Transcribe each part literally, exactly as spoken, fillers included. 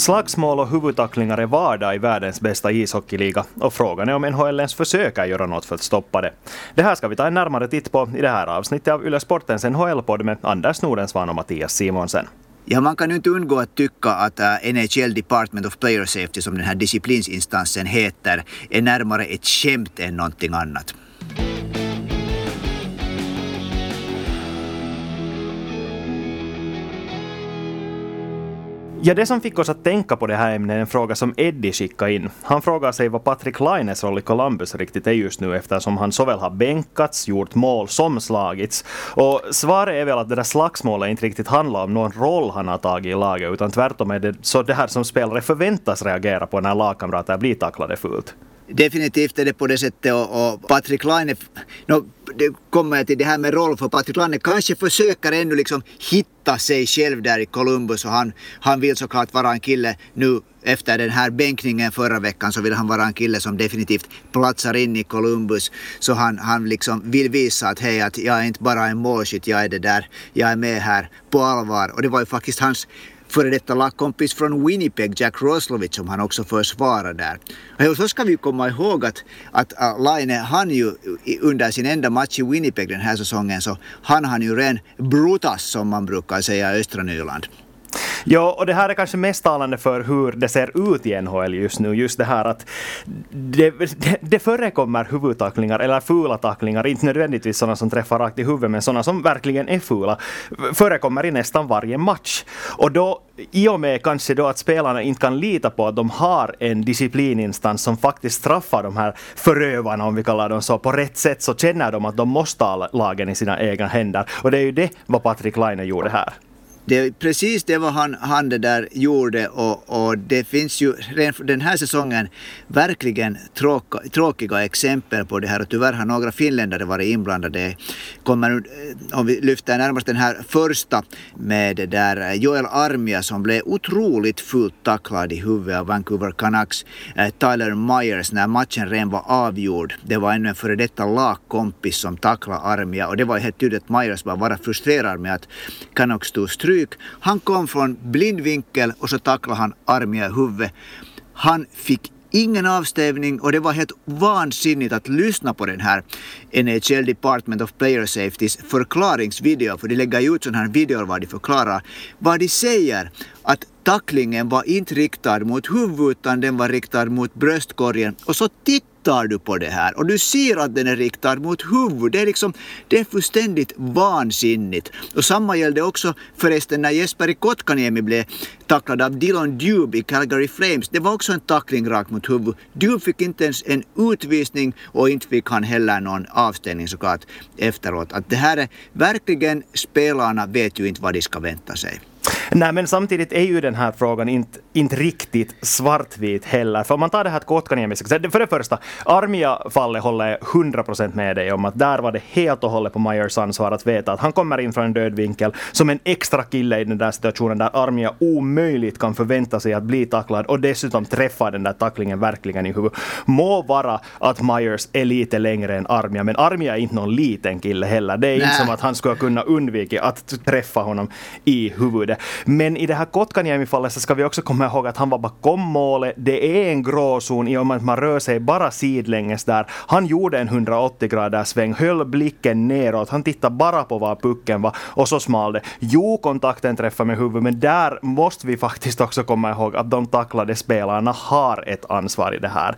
Slagsmål och huvudtacklingar är vardag i världens bästa ishockeyliga och frågan är om N H L ens försöker göra något för att stoppa det. Det här ska vi ta en närmare titt på i det här avsnittet av Yle Sportens N H L-podd med Anders Nordensvan och Mattias Simonsen. Ja, man kan ju inte undgå att tycka att uh, N H L Department of Player Safety, som den här disciplinsinstansen heter, är närmare ett skämt än någonting annat. Ja, det som fick oss att tänka på det här ämnet är en fråga som Eddie skickade in. Han frågar sig vad Patrik Laines roll i Columbus riktigt är just nu, eftersom han såväl har bänkats, gjort mål som slagits. Och svaret är väl att det där slagsmålet inte riktigt handlar om någon roll han har tagit i laget, utan tvärtom är det så det här som spelare förväntas reagera på när lagkamrater blir tacklade fullt. Definitivt är det på det sättet, och, och Patrik Laine, no, det kommer till det här med roll, för Patrik Laine kanske försöker ännu liksom hitta sig själv där i Columbus, och han, han vill såklart vara en kille nu efter den här bänkningen förra veckan, så vill han vara en kille som definitivt platsar in i Columbus, så han, han liksom vill visa att hej, att jag är inte bara en målskytt, jag är det där, jag är med här på allvar. Och det var ju faktiskt hans före detta lagkompis från Winnipeg, Jack Roslovic, som han också försvarar där. Och så ska vi komma ihåg att, att Laine, han ju under sin enda match i Winnipeg den här säsongen, så han han ju ren brutas, som man brukar säga i östra Nyland. Ja, och det här är kanske mest talande för hur det ser ut i N H L just nu. Just det här att det, det, det förekommer huvudtacklingar eller fula tacklingar, inte nödvändigtvis sådana som träffar rakt i huvudet, men sådana som verkligen är fula, förekommer i nästan varje match. Och då, i och med kanske då att spelarna inte kan lita på att de har en disciplininstans som faktiskt straffar de här förövarna, om vi kallar dem så, på rätt sätt, så känner de att de måste ha lagen i sina egna händer. Och det är ju det vad Patrik Laine gjorde här. Det är precis det vad han, han det där gjorde, och, och det finns ju den här säsongen verkligen tråka, tråkiga exempel på det här, och tyvärr har några finländare varit inblandade. Kommer, om vi lyfter närmast den här första med det där Joel Armia, som blev otroligt fullt tacklad i huvudet av Vancouver Canucks Tyler Myers när matchen redan var avgjord. Det var ännu en före detta lagkompis som tacklade Armia, och det var helt tydligt att Myers bara var frustrerad med att Canucks stod stryk. Han kom från blindvinkel och så tacklade han Armia i huvudet. Han fick ingen avstävning, och det var helt vansinnigt att lyssna på den här N H L Department of Player Safetys förklaringsvideo, för de lägger ut sån här video var de förklarar vad de säger, att tacklingen var inte riktad mot huvudet utan den var riktad mot bröstkorgen, och så tittar du på det här och du ser att den är riktad mot huvudet. Det är liksom, det är fullständigt vansinnigt. Och samma gällde också förresten när Jesperi Kotkaniemi blev tacklad av Dylan Dube i Calgary Flames. Det var också en tackling rakt mot huvudet. Dube fick inte ens en utvisning, och inte fick han heller någon avstängning såklart efteråt. Att det här är verkligen, spelarna vet ju inte vad de ska vänta sig. Nej, men samtidigt är ju den här frågan inte, inte riktigt svartvit heller. För om man tar det här Kotkaniemi, för det första, Armia-fallet håller hundra procent med dig om att där var det helt och hållet på Myers ansvar att veta att han kommer in från en död vinkel som en extra kille i den där situationen där Armia omöjligt kan förvänta sig att bli tacklad och dessutom träffa den där tacklingen verkligen i huvudet. Må vara att Myers är lite längre än Armia, men Armia är inte någon liten kille heller. Det är Nä. inte som att han skulle kunna undvika att träffa honom i huvudet. Men i det här Kotkaniemi-fallet så ska vi också komma ihåg att han var bakom målet. Det är en gråzon i och med att man rör sig bara sidlänges där. Han gjorde en hundraåttio graders sväng, höll blicken neråt. Han tittade bara på var pucken var, och så smal det. Jo, kontakten träffade med huvudet, men där måste vi faktiskt också komma ihåg att de tacklade spelarna har ett ansvar i det här.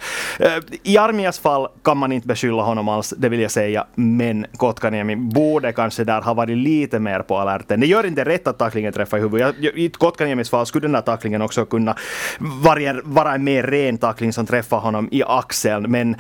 I Armias fall kan man inte beskylla honom alls, det vill jag säga, men Kotkaniemi borde kanske där ha varit lite mer på alerten. Det gör inte rätt att tacklingen träffar i huvudet. I Kotkaniemis fall skulle den där tacklingen också kunna vara, vara en mer ren tackling som träffar honom i axeln, men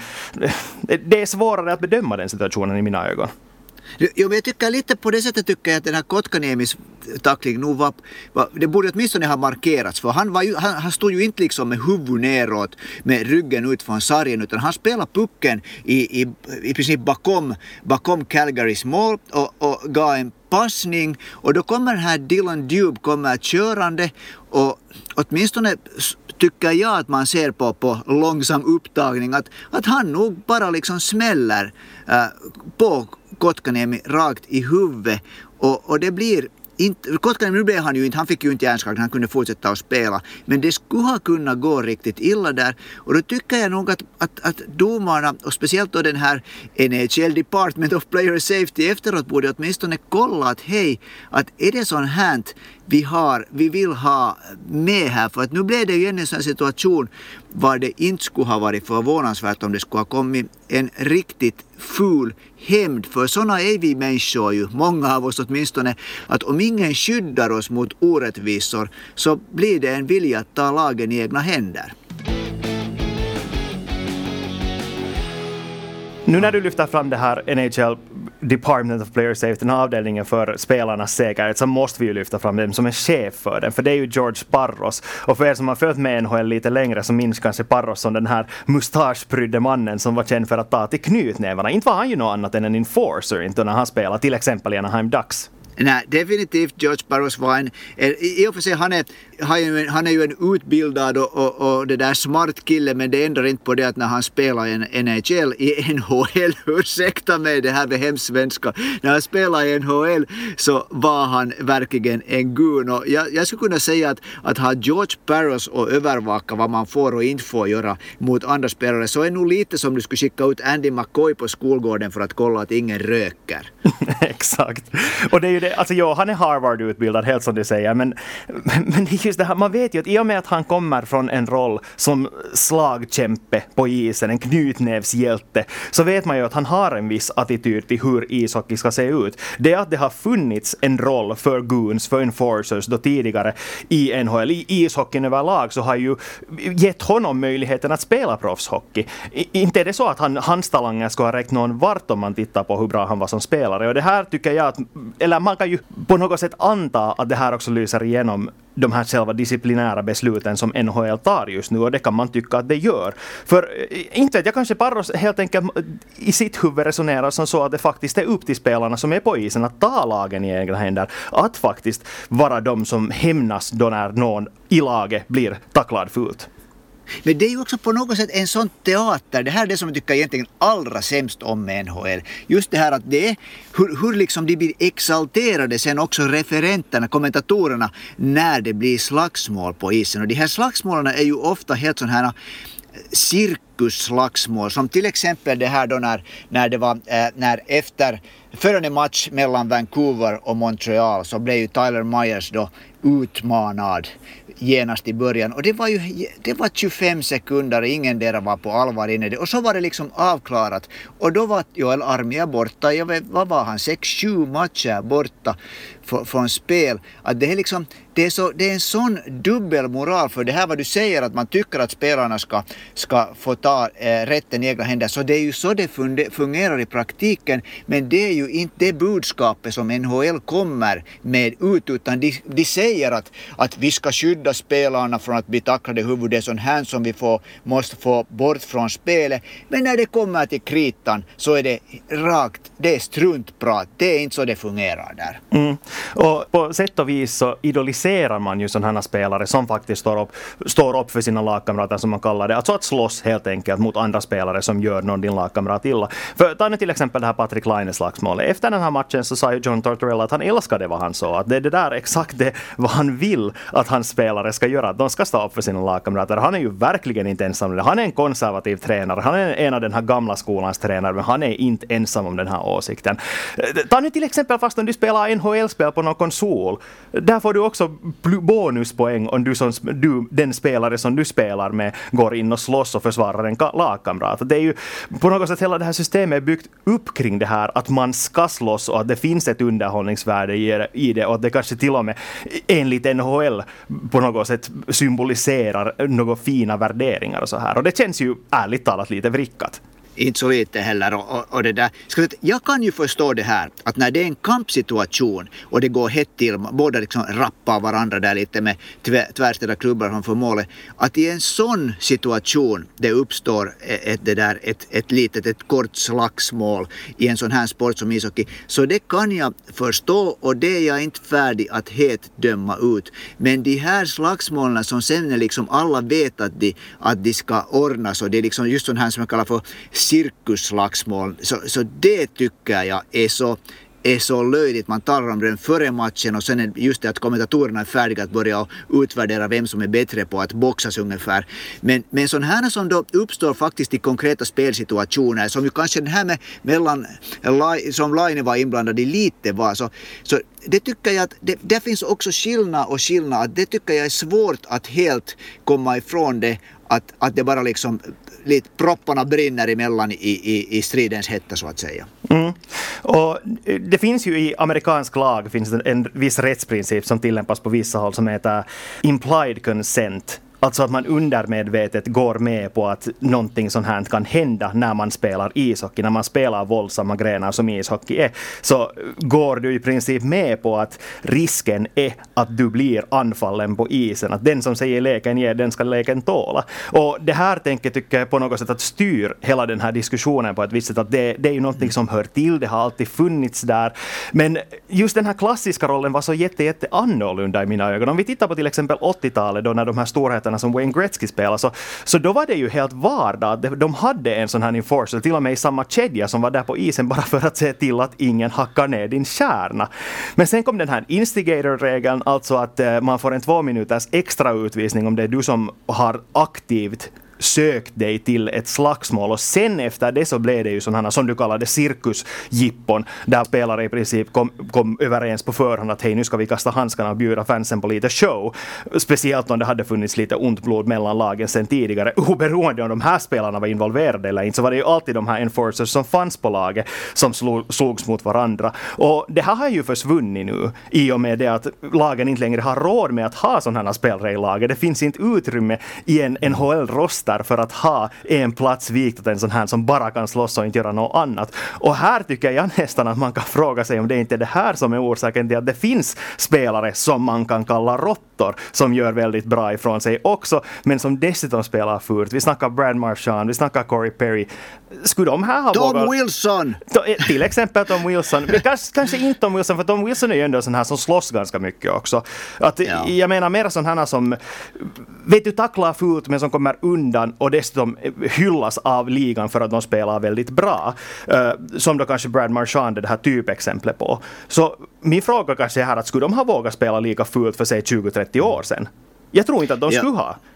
det är svårare att bedöma den situationen i mina ögon. Jo, men jag tycker lite på det sättet tycker jag att den här Kotkaniemis tackling nog var, var, det borde åtminstone ha markerats, för han, var ju, han, han stod ju inte liksom med huvudet neråt med ryggen ut från sargen, utan han spelade pucken i, i, i princip bakom, bakom Calgarys mål och, och gav en passning, och då kommer den här Dylan Dube kommer körande, och åtminstone tycker jag att man ser på, på långsam upptagning att, att han nog bara liksom smäller äh, på Kotkaniemi rakt i huvudet, och, och det blir inte, Kotkaniemi, nu blev han ju inte, han fick ju inte hjärnskakning, han kunde fortsätta att spela. Men det skulle ha kunnat gå riktigt illa där. Och då tycker jag nog att, att, att domarna, och speciellt då den här N H L Department of Player Safety efteråt borde åtminstone kolla att hej, att är det sån här vi har, vi vill ha med här, för att nu blev det ju en sån situation var det inte skulle ha varit förvånansvärt om det skulle ha kommit en riktigt ful hämnd, för såna är vi människor ju, många av oss åtminstone, att om ingen skyddar oss mot orättvisor så blir det en vilja att ta lagen i egna händer. Nu när du lyfter fram det här N H L Department of Player Safety, den här avdelningen för spelarnas säkerhet, så måste vi ju lyfta fram dem som är chef för den, för det är ju George Parros. Och för er som har följt med N H L lite längre så minns kanske Parros som den här mustaschprydde mannen som var känd för att ta till knutnävarna. Inte var han ju något annat än en enforcer, inte när han spelade till exempel i Anaheim Ducks. Nej, definitivt George Parros var en, i och för sig han är, han är ju en utbildad och, och, och det där smart kille, men det ändrar inte på det att när han spelar i N H L, i N H L, ursäkta mig det här med hemsvenska, när han spelar i N H L så var han verkligen en gun, och jag, jag skulle kunna säga att, att ha George Parros och övervaka vad man får och inte får göra mot andra spelare, så är nog lite som du skulle skicka ut Andy McCoy på skolgården för att kolla att ingen röker. Exakt. Och det är ju det, alltså ja, han är Harvard-utbildad, helt som du säger, men, men det är just det här, man vet ju att i och med att han kommer från en roll som slagkämpe på isen, en knutnävshjälte, så vet man ju att han har en viss attityd till hur ishockey ska se ut. Det är att det har funnits en roll för goons, för enforcers då tidigare i N H L, i ishockeyn överlag, så har ju gett honom möjligheten att spela proffshockey. I, inte är det så att han, hans talanger ska ha räckt någon vart om man tittar på hur bra han var som spelare, och det här tycker jag att, eller man kan ju på något sätt anta att det här också lyser igenom de här själva disciplinära besluten som N H L tar just nu, och det kan man tycka att det gör. För inte vet jag, kanske Parros helt enkelt i sitt huvud resonerar som så att det faktiskt är upp till spelarna som är på isen att ta lagen i egna händer, att faktiskt vara de som hämnas då när någon i laget blir tacklad fult. Men det är ju också på något sätt en sån teater. Det här är det som jag tycker egentligen allra sämst om med N H L. Just det här att det är hur, hur liksom de blir exalterade sen också referenterna, kommentatorerna, när det blir slagsmål på isen. Och de här slagsmålen är ju ofta helt sån här cirkusslagsmål, som till exempel det här då när, när det var äh, när efter före match mellan Vancouver och Montreal så blev ju Tyler Myers då utmanad genast i början, och det var ju det var tjugofem sekunder, ingen där var på allvar inne det, och så var det liksom avklarat, och då var Joel Armia borta, jag vet, vad var han, sex sju matcher borta för, från spel, att det är liksom det är, så, det är en sån dubbelmoral, för det här vad du säger att man tycker att spelarna ska, ska få ta eh, rätten i egna händer, så det är ju så det fungerar i praktiken, men det är ju inte det budskapet som N H L kommer med ut, utan de, de säger att, att vi ska skydda spelarna från att bli tacklade i huvudet, det är sån här som vi får, måste få bort från spelet, men när det kommer till kritan så är det rakt, det är struntprat, det är inte så det fungerar där. Mm. Och på sätt och vis så idoliserar man ju sådana här spelare som faktiskt står upp, står upp för sina lagkamrater, som man kallar det. Alltså att slåss helt enkelt mot andra spelare som gör någon din lagkamrat illa. För ta nu till exempel det här Patrik Laines slagsmål. Efter den här matchen så sa ju John Tortorella att han älskade vad han sa. Att det är det där exakt det vad han vill att hans spelare ska göra. Att de ska stå upp för sina lagkamrater. Han är ju verkligen inte ensam. Han är en konservativ tränare. Han är en av den här gamla skolans tränare, men han är inte ensam om den här åsikten. Ta nu till exempel fast om du spelar N H L-spel på någon konsol. Där får du också bonuspoäng om du, som, du den spelare som du spelar med går in och slåss och försvarar en lagkamrat. Det är ju på något sätt hela det här systemet är byggt upp kring det här att man ska slåss och att det finns ett underhållningsvärde i det, och att det kanske till och med enligt N H L på något sätt symboliserar några fina värderingar och så här. Och det känns ju ärligt talat lite vrickat. Inte så lite heller. Och, och, och det där. Jag kan ju förstå det här, att när det är en kampsituation och det går hett till, båda liksom rappar varandra där lite med tvärställda klubbar framför målet, att i en sån situation det uppstår ett, det där, ett, ett litet, ett kort slagsmål i en sån här sport som ishockey, så det kan jag förstå, och det är jag inte färdig att helt döma ut. Men de här slagsmålen som sen är liksom alla vet att de, att de ska ordnas, och det är liksom just sån här som jag kallar för cirkusslagsmål, så, så det tycker jag är så är så löjligt. Man talar om den före matchen och sen är just det att kommentatorerna är färdiga att börja utvärdera vem som är bättre på att boxas ungefär. Men, men sådana här som då uppstår faktiskt i konkreta spelsituationer som ju kanske den här med mellan som Laine var inblandad i lite var så, så det tycker jag att det, det finns också skillnad och skillnad. Det tycker jag är svårt att helt komma ifrån det. Att, att det bara liksom lite propparna brinner emellan i, i, i stridens hetta så att säga. Mm. Och det finns ju i amerikansk lag finns en, en viss rättsprincip som tillämpas på vissa håll som heter implied consent. Alltså att man undermedvetet går med på att någonting sånt här kan hända när man spelar ishockey. När man spelar våldsamma grenar som ishockey är, så går du i princip med på att risken är att du blir anfallen på isen. Att den som säger leken ger, den ska leken tåla. Och det här tänker tycker jag på något sätt att styr hela den här diskussionen på ett visst sätt. Att det, det är ju någonting som hör till, det har alltid funnits där. Men just den här klassiska rollen var så jätte, jätte annorlunda i mina ögon. Om vi tittar på till exempel åttiotalet då när de här storheterna som Wayne Gretzky spelar, så, så då var det ju helt vardag. De hade en sån här enforcer, till och med i samma kedja som var där på isen bara för att se till att ingen hackar ner din kärna. Men sen kom den här instigator-regeln, alltså att eh, man får en två minuters extra utvisning om det är du som har aktivt sökt dig till ett slagsmål, och sen efter det så blev det ju sådana som du kallade cirkusjippon, där spelare i princip kom, kom överens på förhand att hej, nu ska vi kasta handskarna och bjuda fansen på lite show, speciellt om det hade funnits lite ont blod mellan lagen sen tidigare, oberoende om de här spelarna var involverade eller inte, så var det ju alltid de här enforcers som fanns på laget som slog, slogs mot varandra, och det här har ju försvunnit nu i och med det att lagen inte längre har råd med att ha sådana här spelare i laget. Det finns inte utrymme i en N H L-roster för att ha en plats vikt åt en sån här som bara kan slåss och inte göra något annat. Och här tycker jag nästan att man kan fråga sig om det inte är det här som är orsaken till att det finns spelare som man kan kalla råttor som gör väldigt bra ifrån sig också, men som dessutom spelar fult. Vi snackar Brad Marchand, vi snackar Corey Perry. Skulle de här ha Tom vågat... Wilson! Till exempel Tom Wilson. Men kanske, kanske inte Tom Wilson, för Tom Wilson är ju ändå sån här som slåss ganska mycket också. Att, ja. Jag menar mer sån här som vet du tacklar fult men som kommer undan och dessutom hyllas av ligan för att de spelar väldigt bra. Uh, som då kanske Brad Marchand är det här typexemplet på. Så min fråga kanske är här att skulle de ha vågat spela lika fult för sig tjugo trettio år sedan? Jag tror inte att de ja. skulle ha.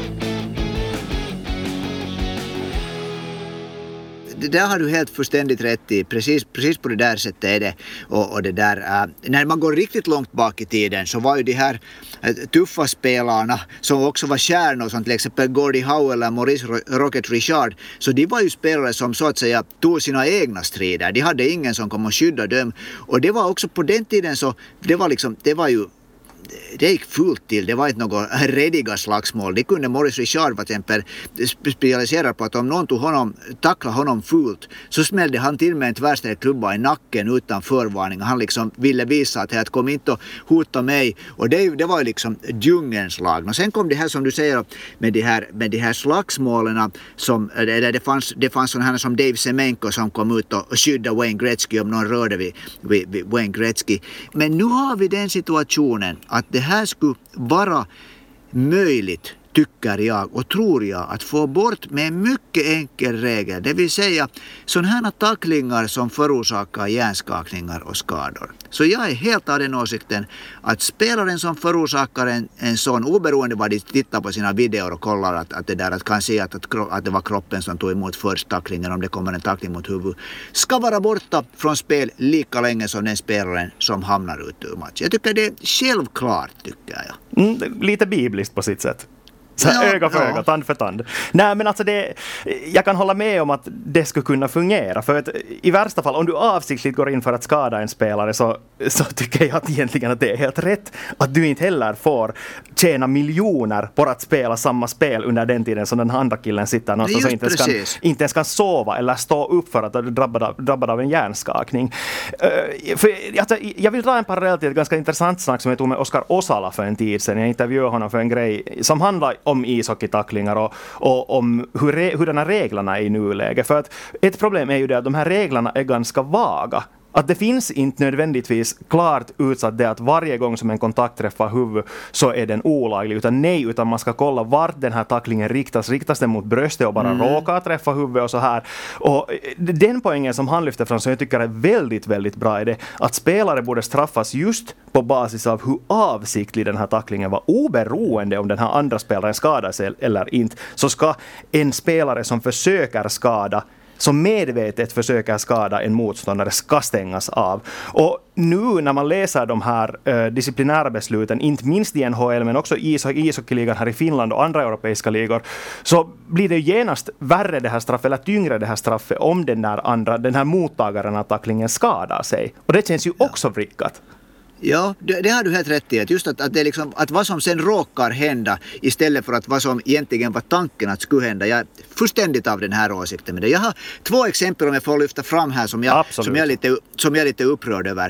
Det där har du helt fullständigt rätt i. Precis, precis på det där sättet är det. Och, och det där, äh, när man går riktigt långt bak i tiden så var ju de här äh, tuffa spelarna som också var stjärnor som till exempel Gordie Howe eller Maurice Rocket Richard. Så de var ju spelare som så att säga tog sina egna strider. De hade ingen som kom och skydda dem. Och det var också på den tiden så det var liksom, det var ju det gick fullt till. Det var inte något rediga slagsmål. Det kunde Maurice Richard till exempel specialisera på att om någon tog honom, tackla honom fullt så smällde han till med en tvärställd klubba i nacken utan förvarning. Han liksom ville visa att här kom inte och hota mig. Och det, det var ju liksom djungelns lag. Och sen kom det här som du säger med de här, med de här slagsmålen som där det fanns, det fanns sådana här som Dave Semenko som kom ut och skyddade Wayne Gretzky om någon rörde vid, vid, vid Wayne Gretzky. Men nu har vi den situationen att det här skulle vara möjligt, tycker jag och tror jag, att få bort med en mycket enkel regel. Det vill säga sådana här tacklingar som förorsakar hjärnskakningar och skador. Så jag är helt av den åsikten att spelaren som förorsakar en, en sån, oberoende vad de tittar på sina videor och kollar att, att det där att kan se att, att, att det var kroppen som tog emot först tacklingen om det kommer en tackling mot huvudet, ska vara borta från spel lika länge som den spelaren som hamnar ut ur match. Jag tycker det är självklart, tycker jag. Mm, lite bibliskt på sitt sätt. Så ja, öga för ja. öga, tand för tand. Nej, men alltså det, jag kan hålla med om att det skulle kunna fungera. För att i värsta fall, om du avsiktligt går in för att skada en spelare så, så tycker jag att egentligen att det är helt rätt. Att du inte heller får tjäna miljoner på att spela samma spel under den tiden som den andra killen sitter någonstans och inte ens, kan, inte ens kan sova eller stå upp för att du är drabbad av, drabbad av en hjärnskakning. Uh, för, alltså, jag vill dra en parallell till ett ganska intressant snack som jag tog med Oskar Osala för en tid sedan. Jag intervjuade honom för en grej som handlar om ishockeytacklingar och, och om hur, re, hur den här reglerna är i nuläget. För att ett problem är ju det att de här reglerna är ganska vaga. Att det finns inte nödvändigtvis klart utsatt det att varje gång som en kontakt träffar huvud så är den olaglig, utan nej, utan man ska kolla vart den här tacklingen riktas. Riktas den mot bröstet och bara mm. råkar träffa huvudet och så här. Och den poängen som han lyfter fram som jag tycker är väldigt, väldigt bra är det att spelare borde straffas just på basis av hur avsiktlig den här tacklingen var. Oberoende om den här andra spelaren skadar sig eller inte, så ska en spelare som försöker skada, som medvetet försöker skada en motståndare, ska stängas av. Och nu när man läser de här uh, disciplinära besluten, inte minst i N H L men också i ishockeyligan här i Finland och andra europeiska ligor, så blir det genast värre det här straffet, eller tyngre det här straffet om den där andra, den här mottagaren av tacklingen skadar sig. Och det känns ju också vrickat. Ja, det, det har du helt rätt i. Att just att, att, det är liksom, att vad som sen råkar hända istället för att vad som egentligen var tanken att skulle hända. Jag är fullständigt av den här åsikten med det. Jag har två exempel om jag får lyfta fram här som jag, som jag, är, lite, som jag är lite upprörd över.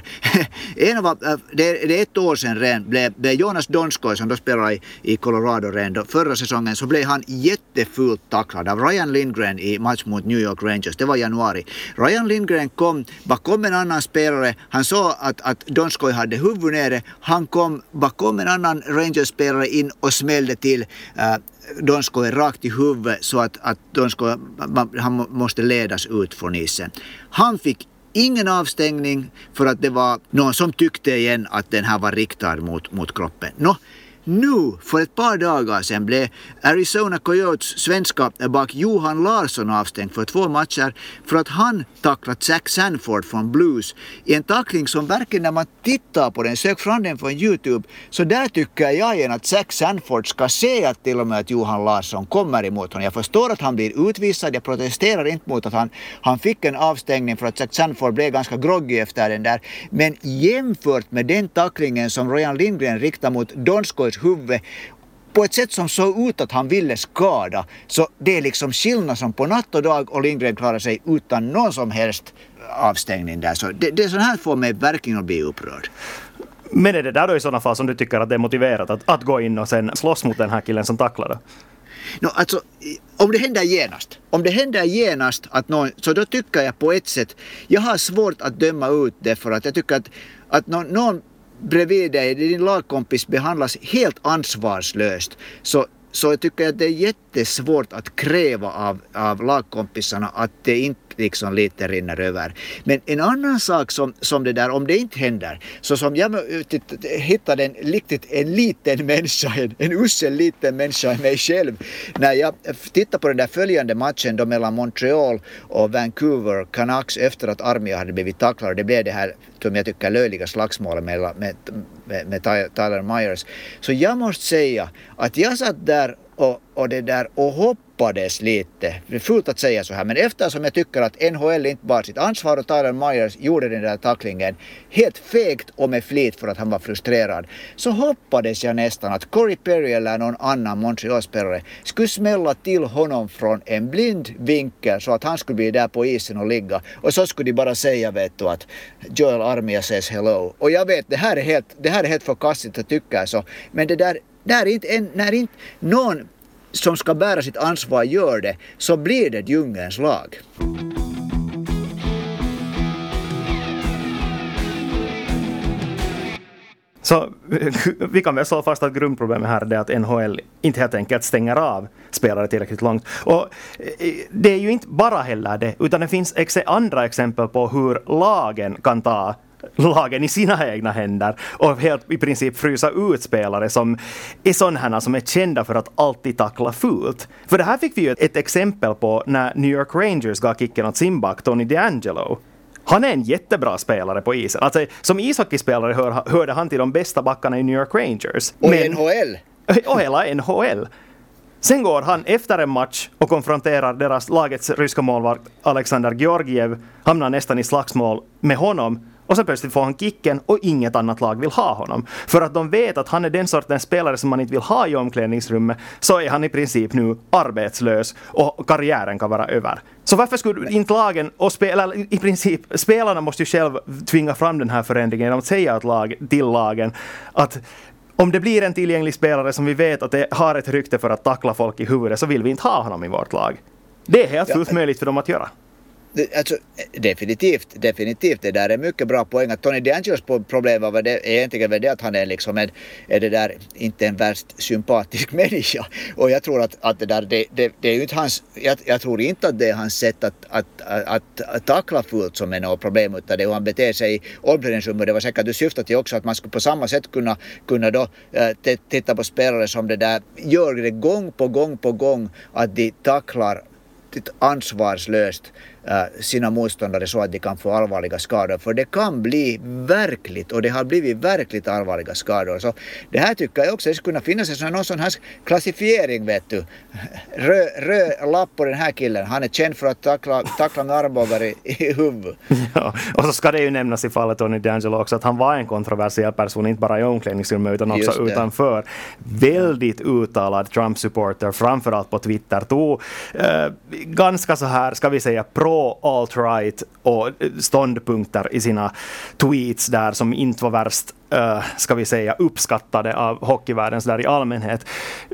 en av, det, det är ett år sedan redan blev, blev Jonas Donskoj, som då spelade i, i Colorado redan förra säsongen, så blev han jättefult tacklad av Ryan Lindgren i match mot New York Rangers. Det var januari. Ryan Lindgren kom bakom en annan spelare. Han såg att, att Donskoj hade huvud nere. Han kom bakom en annan Rangers-spelare in och smällde till uh, Donskoj rakt i huvudet så att, att Donskoj, han måste ledas ut från isen. Han fick ingen avstängning för att det var någon som tyckte igen att den här var riktad mot, mot kroppen. Nå, nu, för ett par dagar sedan, blev Arizona Coyotes svenska back Johan Larsson avstängd för två matcher för att han tacklat Zach Sanford från Blues i en tackling som verkligen, när man tittar på den, sök fram den från YouTube, så där tycker jag igen att Zach Sanford ska se att till och med att Johan Larsson kommer emot honom. Jag förstår att han blir utvisad, jag protesterar inte mot att han, han fick en avstängning för att Zach Sanford blev ganska groggy efter den där, men jämfört med den tacklingen som Ryan Lindgren riktade mot Donskojs huvud på ett sätt som såg ut att han ville skada, så det är liksom skillnad som på natt och dag, och Lindgren klarar sig utan någon som helst avstängning där. Så det, det är sån här får mig verkligen att bli upprörd. Men är det där då i sådana fall som du tycker att det är motiverat att, att gå in och sen slåss mot den här killen som tacklade? No, alltså, om det händer genast, om det händer genast att någon, så då tycker jag på ett sätt, jag har svårt att döma ut det, för att jag tycker att, att någon, någon bredvid dig, din lagkompis, behandlas helt ansvarslöst, så, så jag tycker att det är jättesvårt att kräva av, av lagkompisarna att det inte liksom lite rinner över. Men en annan sak som, som det där, om det inte händer, så som jag hittade en, riktigt, en liten människa, en, en usel liten människa i mig själv, när jag tittade på den där följande matchen då mellan Montreal och Vancouver Canucks efter att Armia hade blivit tacklade. Det blev det här, som jag tycker, löjliga slagsmålet med, med, med, med Tyler Myers. Så jag måste säga att jag satt där och, och det där och hoppades lite. Det är fullt att säga så här, men eftersom jag tycker att N H L inte bar sitt ansvar och Tyler Myers gjorde den där tacklingen helt fegt och med flit för att han var frustrerad, så hoppades jag nästan att Corey Perry eller någon annan Montreal-spelare skulle smälla till honom från en blind vinkel så att han skulle bli där på isen och ligga, och så skulle de bara säga, vet du, att Joel Armia says hello. Och jag vet, det här är helt, det här är helt förkastligt att tycka så, men det där, där inte en, när inte någon som ska bära sitt ansvar gör det, så blir det djungelns lag. Så vi kan väl slå fast att grundproblemet här är att N H L inte helt enkelt stänger av spelare tillräckligt långt. Och det är ju inte bara heller det, utan det finns ex- andra exempel på hur lagen kan ta lagen i sina egna händer och helt i princip frysa ut spelare som är sådana som är kända för att alltid tackla fult. För det här fick vi ju ett exempel på när New York Rangers gav kicken åt sin back Tony DeAngelo. Han är en jättebra spelare på isen. Alltså, som ishockeyspelare hör, hörde han till de bästa backarna i New York Rangers. Och Men, N H L. Och hela N H L. Sen går han efter en match och konfronterar deras lagets ryska målvakt Alexander Georgiev, hamnar nästan i slagsmål med honom. Och så plötsligt får han kicken och inget annat lag vill ha honom. För att de vet att han är den sortens spelare som man inte vill ha i omklädningsrummet, så är han i princip nu arbetslös och karriären kan vara över. Så varför skulle inte lagen och spela, i princip spelarna måste ju själv tvinga fram den här förändringen genom att säga att lag, till lagen att om det blir en tillgänglig spelare som vi vet att det har ett rykte för att tackla folk i huvudet, så vill vi inte ha honom i vårt lag. Det är helt fullt ja. möjligt för dem att göra. Alltså, definitivt, definitivt. Det där är mycket bra poäng. Att Tony DeAngelos problem var det, egentligen väl det att han är liksom en, är det där inte en värst sympatisk människa. Och jag tror att, att det där, det, det, det är ju inte hans, jag, jag tror inte att det är hans sätt att, att, att, att, att tackla fullt som är något problem, utan det är hur han beter sig i omklädningsrummet. Det var säkert du syftat till också att man skulle på samma sätt kunna, kunna då, äh, titta på spelare som det där gör det gång på gång på gång att de tacklar ansvarslöst äh, sina motståndare så att de kan få allvarliga skador. För det kan bli verkligt, och det har blivit verkligt allvarliga skador. Så det här tycker jag också, det skulle kunna finnas en någon sån här klassifiering, vet du. Röd rö, lapp på den här killen. Han är känd för att tackla, tackla med armbågar i, i huvudet. Ja, och så ska det ju nämnas i fallet Tony DeAngelo också att han var en kontroversiell person, inte bara i omklädningsrummet utan också utanför. Väldigt uttalad Trump-supporter, framförallt på Twitter. Tog äh, ganska så här, ska vi säga, pro-alt-right och ståndpunkter i sina tweets där som inte var värst, uh, ska vi säga, uppskattade av hockeyvärlden så där i allmänhet.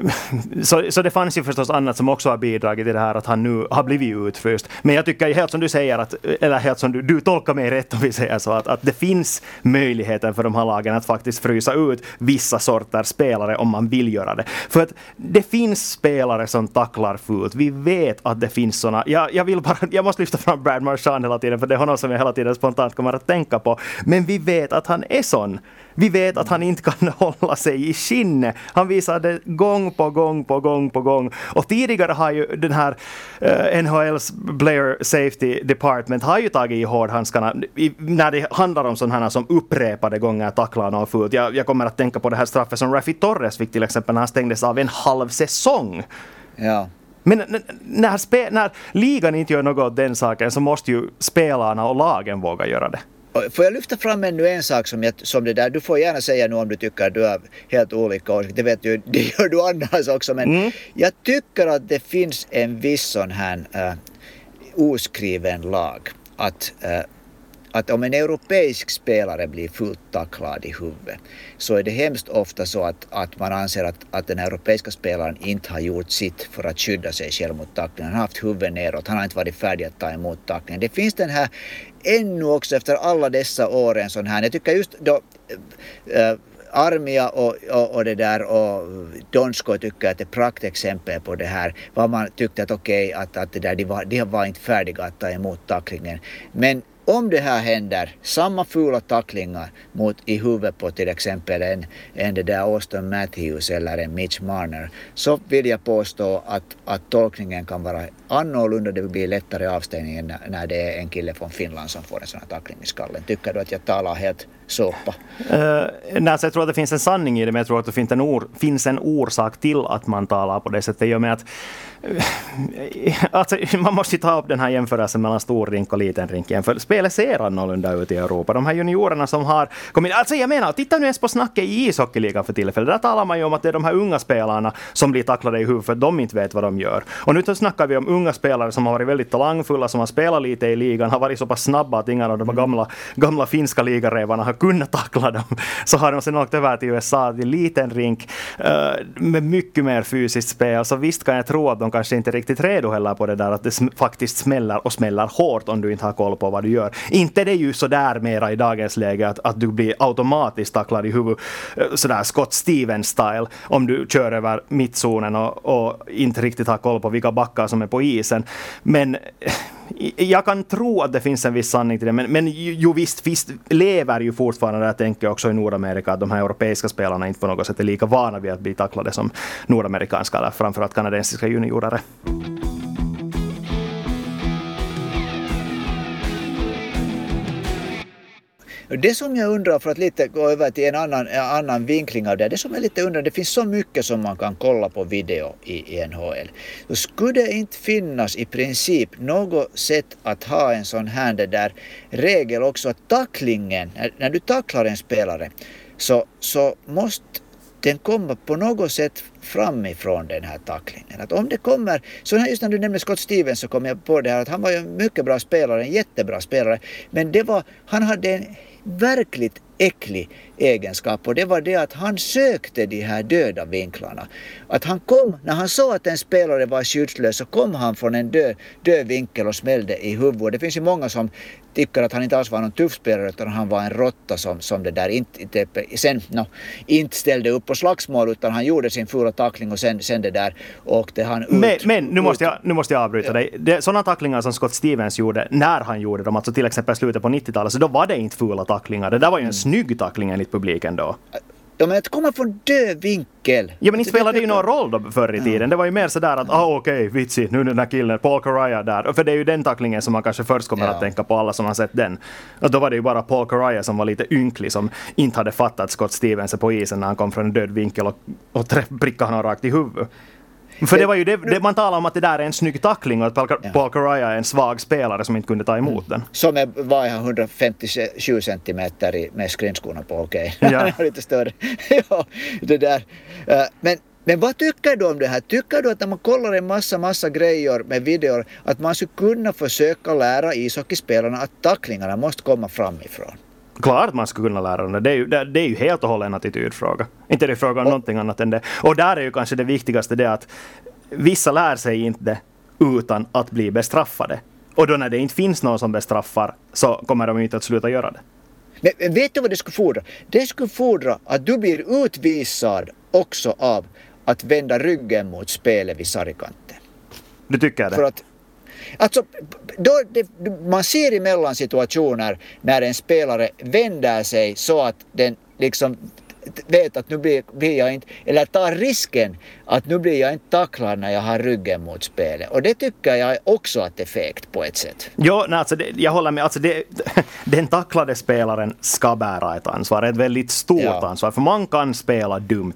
Så, så det fanns ju förstås annat som också har bidragit till det här att han nu har blivit utfryst. Men jag tycker helt som du säger, att, eller helt som du, du tolkar mig rätt om vi säger så, att, att det finns möjligheter för de här lagen att faktiskt frysa ut vissa sorter spelare om man vill göra det. För att det finns spelare som tacklar fult. Vi vet att det finns såna. Jag, jag vill bara, jag måste lyfta fram Brad Marchand hela tiden, för det är honom som jag hela tiden spontant kommer att tänka på. Men vi vet att han är sån. Vi vet att han inte kan hålla sig i skinnet. Han visar det gång på gång på gång på gång. Och tidigare har ju den här uh, N H L's Player Safety Department har ju tagit i hårdhandskarna i, när det handlar om sådana här som upprepade gånger tacklar någon fult. Jag, jag kommer att tänka på det här straffet som Raffi Torres fick till exempel när han stängdes av en halv säsong. Ja. Men n- när, spe- när ligan inte gör något åt den saken så måste ju spelarna och lagen våga göra det. Får jag lyfta fram ännu en sak som, jag, som det där, du får gärna säga nu om du tycker att du har helt olika åsikter, det vet du, det gör du annars också, men mm. jag tycker att det finns en viss sån här uh, oskriven lag att uh, att om en europeisk spelare blir fullt tacklad i huvudet så är det hemskt ofta så att, att man anser att, att den europeiska spelaren inte har gjort sitt för att skydda sig själv mot tacklingen. Han har haft huvudet neråt, han har inte varit färdig att ta emot tacklingen. Det finns den här ännu också efter alla dessa åren sån här. Jag tycker just då äh, Armia och, och, och det där och Donsko tycker att det är praktexempel på det här. Vad man tyckte att okej, okay, att, att det där, de, var, de var inte färdiga att ta emot tacklingen. Men om det här händer, samma fula tacklingar mot i huvudet på till exempel en, en det där Auston Matthews eller en Mitch Marner, så vill jag påstå att, att tolkningen kan vara annorlunda. Det blir lättare avstängning när, när det är en kille från Finland som får en sån här tackling i skallen. Tycker du att jag talar helt såpa? Uh, nej, så jag tror att det finns en sanning i det, men jag tror att det finns en, or, finns en orsak till att man talar på det sättet. I och med att alltså, man måste ta upp den här jämförelsen mellan stor rink och liten rink. För spelet ser annorlunda ut i Europa. De här juniorerna som har kommit, alltså jag menar, titta nu ens på snacket i ishockeyligan för tillfället. Där talar man ju om att det är de här unga spelarna som blir tacklade i huvudet för att de inte vet vad de gör. Och nu så snackar vi om unga spelare som har varit väldigt talangfulla, som har spelat lite i ligan, har varit så pass snabba att inga av de gamla, gamla finska ligarevarna har kunnat tackla dem. Så har de sen åkt över till U S A, till liten rink uh, med mycket mer fysiskt spel. Så visst kan jag tro att de kanske inte är riktigt redo heller på det där, att det sm- faktiskt smäller och smäller hårt om du inte har koll på vad du gör. Inte det är ju så där mera i dagens läge att, att du blir automatiskt tacklad i huvudet sådär Scott Stevens-style om du kör över mittzonen och, och inte riktigt har koll på vilka backar som är på isen. Men jag kan tro att det finns en viss sanning till det, men, men ju visst, visst lever ju fortfarande, jag tänker också i Nordamerika, att de här europeiska spelarna inte på något sätt är lika vana vid att bli tacklade som nordamerikanska eller framförallt kanadensiska juniorer. Det som jag undrar, för att lite gå över till en annan, en annan vinkling av det, det som jag lite undrar, det finns så mycket som man kan kolla på video i, i N H L. Så skulle det inte finnas i princip något sätt att ha en sån här det där regel också, att tacklingen, när, när du tacklar en spelare så, så måste den kommer på något sätt framifrån den här tacklingen. Att om det kommer, så här, just när du nämnde Scott Stevens så kom jag på det här att han var ju en mycket bra spelare, en jättebra spelare, men det var, han hade en verkligt äcklig egenskap, och det var det att han sökte de här döda vinklarna. Att han kom, när han såg att en spelare var skyddslös, så kom han från en död, död vinkel och smällde i huvudet. Det finns ju många som tycker att han inte alls var någon tuff spelare, utan han var en råtta som, som det där inte, inte, sen, no, inte ställde upp på slagsmål, utan han gjorde sin fula tackling och sen, sen det där åkte han ut. Men, men nu, måste jag, nu måste jag avbryta ja. dig. Det, sådana tacklingar som Scott Stevens gjorde när han gjorde dem, alltså till exempel slutet på nittiotalet, så då var det inte fula tacklingar. Det där var ju en mm. snygg tackling enligt publiken då. Ja, men att komma från död vinkel. Ja, men inte spelade det ju någon roll då förr i tiden. Ja. Det var ju mer sådär att, ah okej, okay, vitsi, nu är den här killen, Paul Correa där. För det är ju den tacklingen som man kanske först kommer ja. att tänka på, alla som har sett den. Och då var det ju bara Paul Correa som var lite ynklig, som inte hade fattat Scott Stevens på isen när han kom från en död vinkel och, och prickade honom rakt i huvudet. För det var ju det, det, man talar om att det där är en snygg tackling och att Paul, ja. Paul Correa är en svag spelare som inte kunde ta emot den. Som är, var jag hundrafemtiosju centimeter i, med skrinskorna på, okej. Okay. Ja. Lite större. Ja, det där. Men, men vad tycker du om det här? Tycker du att när man kollar en massa, massa grejer med videor, att man skulle kunna försöka lära ishockeyspelarna att tacklingarna måste komma framifrån? Klart att man skulle kunna lära dem det. Det är ju, det, det är ju helt och hållet en attitydfråga. Inte det är fråga om och, någonting annat än det. Och där är ju kanske det viktigaste det att vissa lär sig inte utan att bli bestraffade. Och då när det inte finns någon som bestraffar så kommer de inte att sluta göra det. Men vet du vad det skulle fordra? Det skulle fordra att du blir utvisad också av att vända ryggen mot spelet vid sargkanten. Du tycker det? För att Alltså, då det, man ser emellan situationer när en spelare vänder sig så att den liksom vet att nu blir, blir jag inte, eller tar risken att nu blir jag inte tacklad när jag har ryggen mot spelet. Och det tycker jag också att det är fegt på ett sätt. Jo, nej, alltså det, jag håller med. Alltså det, den tacklade spelaren ska bära ett ansvar, ett väldigt stort ja. ansvar. För man kan spela dumt.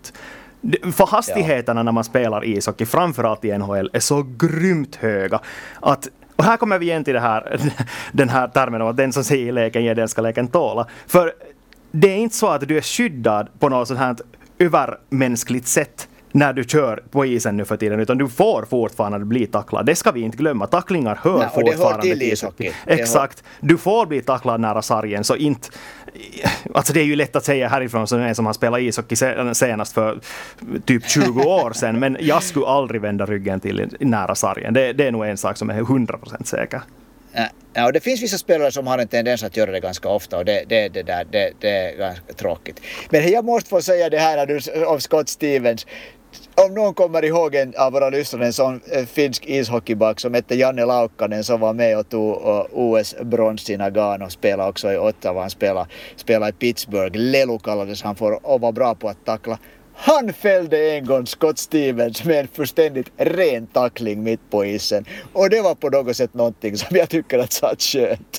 För hastigheterna ja. när man spelar ishockey, framförallt i N H L, är så grymt höga att, och här kommer vi igen till det här, den här termen om att den som säger leken ger den ska leken tåla. För det är inte så att du är skyddad på något sånt här övermänskligt sätt när du kör på isen nu för tiden, utan du får fortfarande bli tacklad. Det ska vi inte glömma. Tacklingar hör Nej, fortfarande till ishockey. Exakt. Du får bli tacklad nära sargen, så inte... Alltså det är ju lätt att säga härifrån som en som har spelat ishockey senast för typ tjugo år sedan, men jag skulle aldrig vända ryggen till nära sargen. Det, det är nog en sak som är hundra procent säker. Ja, och det finns vissa spelare som har en tendens att göra det ganska ofta, och det, det, det, där, det, det är ganska tråkigt. Men jag måste få säga det här om Scott Stevens. Om någon kommer ihåg en av våra lyssnare, en sån finsk ishockeyback som hette Janne Laukkanen, som var med och tog O S-brons i Nagano och spelade också i Ottawa. Han spelade, spelade i Pittsburgh. Lelu kallades han för och var bra på att tackla. Han fällde en gång Scott Stevens med en fullständigt ren tackling mitt på isen. Och det var på något sätt någonting som jag tycker att satt skönt.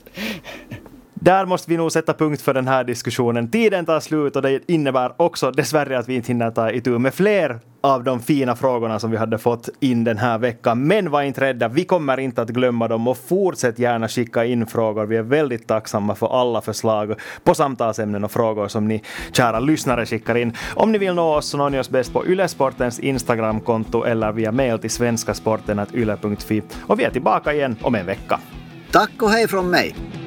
Där måste vi nog sätta punkt för den här diskussionen. Tiden tar slut och det innebär också dessvärre att vi inte hinner ta itu med fler av de fina frågorna som vi hade fått in den här veckan. Men var inte rädda, vi kommer inte att glömma dem, och fortsätt gärna skicka in frågor. Vi är väldigt tacksamma för alla förslag på samtalsämnen och frågor som ni kära lyssnare skickar in. Om ni vill nå oss så når ni oss bäst på Yle Sportens Instagramkonto eller via mail till svenskasporten at yle punkt fi. Och vi är tillbaka igen om en vecka. Tack och hej från mig!